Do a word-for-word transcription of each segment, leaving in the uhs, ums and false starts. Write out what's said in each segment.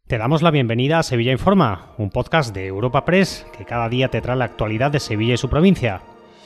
Te damos la bienvenida a Sevilla Informa, un podcast de Europa Press que cada día te trae la actualidad de Sevilla y su provincia.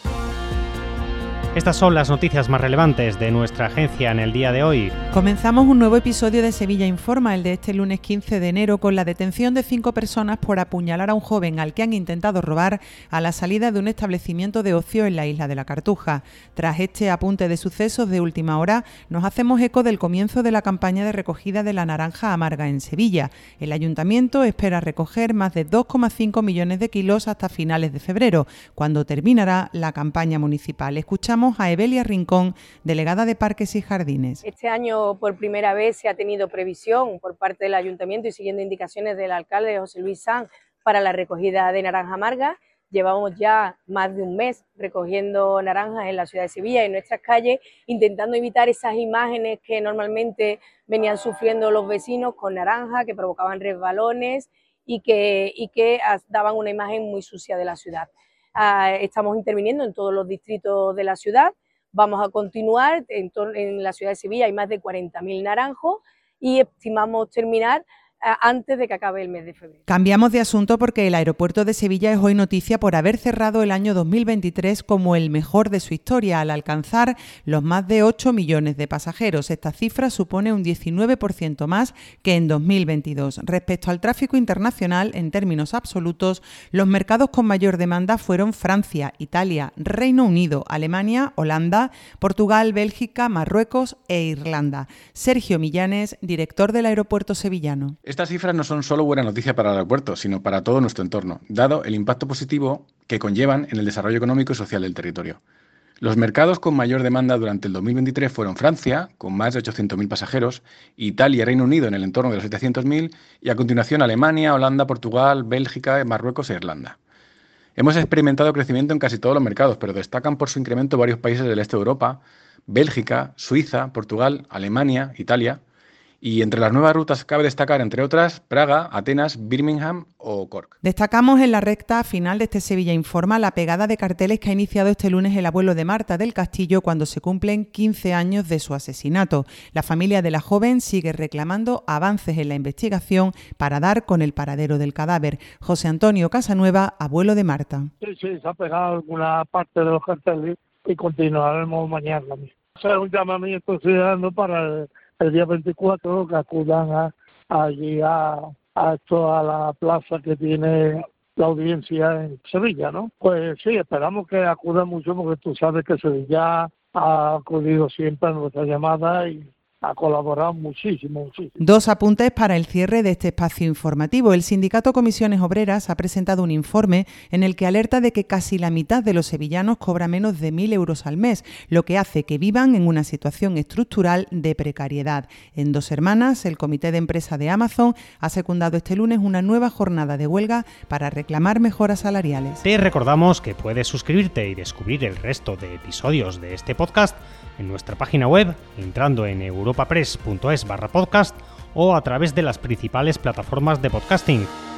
Estas son las noticias más relevantes de nuestra agencia en el día de hoy. Comenzamos un nuevo episodio de Sevilla Informa, el de este lunes quince de enero, con la detención de cinco personas por apuñalar a un joven al que han intentado robar a la salida de un establecimiento de ocio en la isla de la Cartuja. Tras este apunte de sucesos de última hora, nos hacemos eco del comienzo de la campaña de recogida de la naranja amarga en Sevilla. El ayuntamiento espera recoger más de dos coma cinco millones de kilos hasta finales de febrero, cuando terminará la campaña municipal. Escuchamos a Evelia Rincón, delegada de Parques y Jardines. Este año por primera vez se ha tenido previsión por parte del ayuntamiento y siguiendo indicaciones del alcalde José Luis Sanz para la recogida de naranja amarga. Llevamos ya más de un mes recogiendo naranjas en la ciudad de Sevilla y en nuestras calles, intentando evitar esas imágenes que normalmente venían sufriendo los vecinos con naranja, que provocaban resbalones y que, y que daban una imagen muy sucia de la ciudad. Uh, estamos interviniendo en todos los distritos de la ciudad, vamos a continuar, en, en la ciudad de Sevilla hay más de cuarenta mil naranjos y estimamos terminar antes de que acabe el mes de febrero. Cambiamos de asunto porque el aeropuerto de Sevilla es hoy noticia por haber cerrado el año dos mil veintitrés como el mejor de su historia, al alcanzar los más de ocho millones de pasajeros. Esta cifra supone un diecinueve por ciento más que en dos mil veintidós. Respecto al tráfico internacional, en términos absolutos, los mercados con mayor demanda fueron Francia, Italia, Reino Unido, Alemania, Holanda, Portugal, Bélgica, Marruecos e Irlanda. Sergio Millanes, director del aeropuerto sevillano. Estas cifras no son solo buena noticia para el aeropuerto, sino para todo nuestro entorno, dado el impacto positivo que conllevan en el desarrollo económico y social del territorio. Los mercados con mayor demanda durante el dos mil veintitrés fueron Francia, con más de ochocientos mil pasajeros, Italia y Reino Unido en el entorno de los setecientos mil, y a continuación Alemania, Holanda, Portugal, Bélgica, Marruecos e Irlanda. Hemos experimentado crecimiento en casi todos los mercados, pero destacan por su incremento varios países del este de Europa, Bélgica, Suiza, Portugal, Alemania, Italia. Y entre las nuevas rutas cabe destacar, entre otras, Praga, Atenas, Birmingham o Cork. Destacamos en la recta final de este Sevilla Informa la pegada de carteles que ha iniciado este lunes el abuelo de Marta del Castillo cuando se cumplen quince años de su asesinato. La familia de la joven sigue reclamando avances en la investigación para dar con el paradero del cadáver. José Antonio Casanueva, abuelo de Marta. Sí, sí, se ha pegado alguna parte de los carteles y continuaremos mañana. O sea, un llamamiento ciudadano para el el día veinticuatro que acudan a, allí a, a toda la plaza que tiene la audiencia en Sevilla, ¿no? Pues sí, esperamos que acudan mucho porque tú sabes que Sevilla ha acudido siempre a nuestra llamada y ha colaborado muchísimo, muchísimo. Dos apuntes para el cierre de este espacio informativo. El sindicato Comisiones Obreras ha presentado un informe en el que alerta de que casi la mitad de los sevillanos cobra menos de mil euros al mes, lo que hace que vivan en una situación estructural de precariedad. En Dos Hermanas, el comité de empresa de Amazon ha secundado este lunes una nueva jornada de huelga para reclamar mejoras salariales. Te recordamos que puedes suscribirte y descubrir el resto de episodios de este podcast en nuestra página web, entrando en europapress punto es barra podcast o a través de las principales plataformas de podcasting.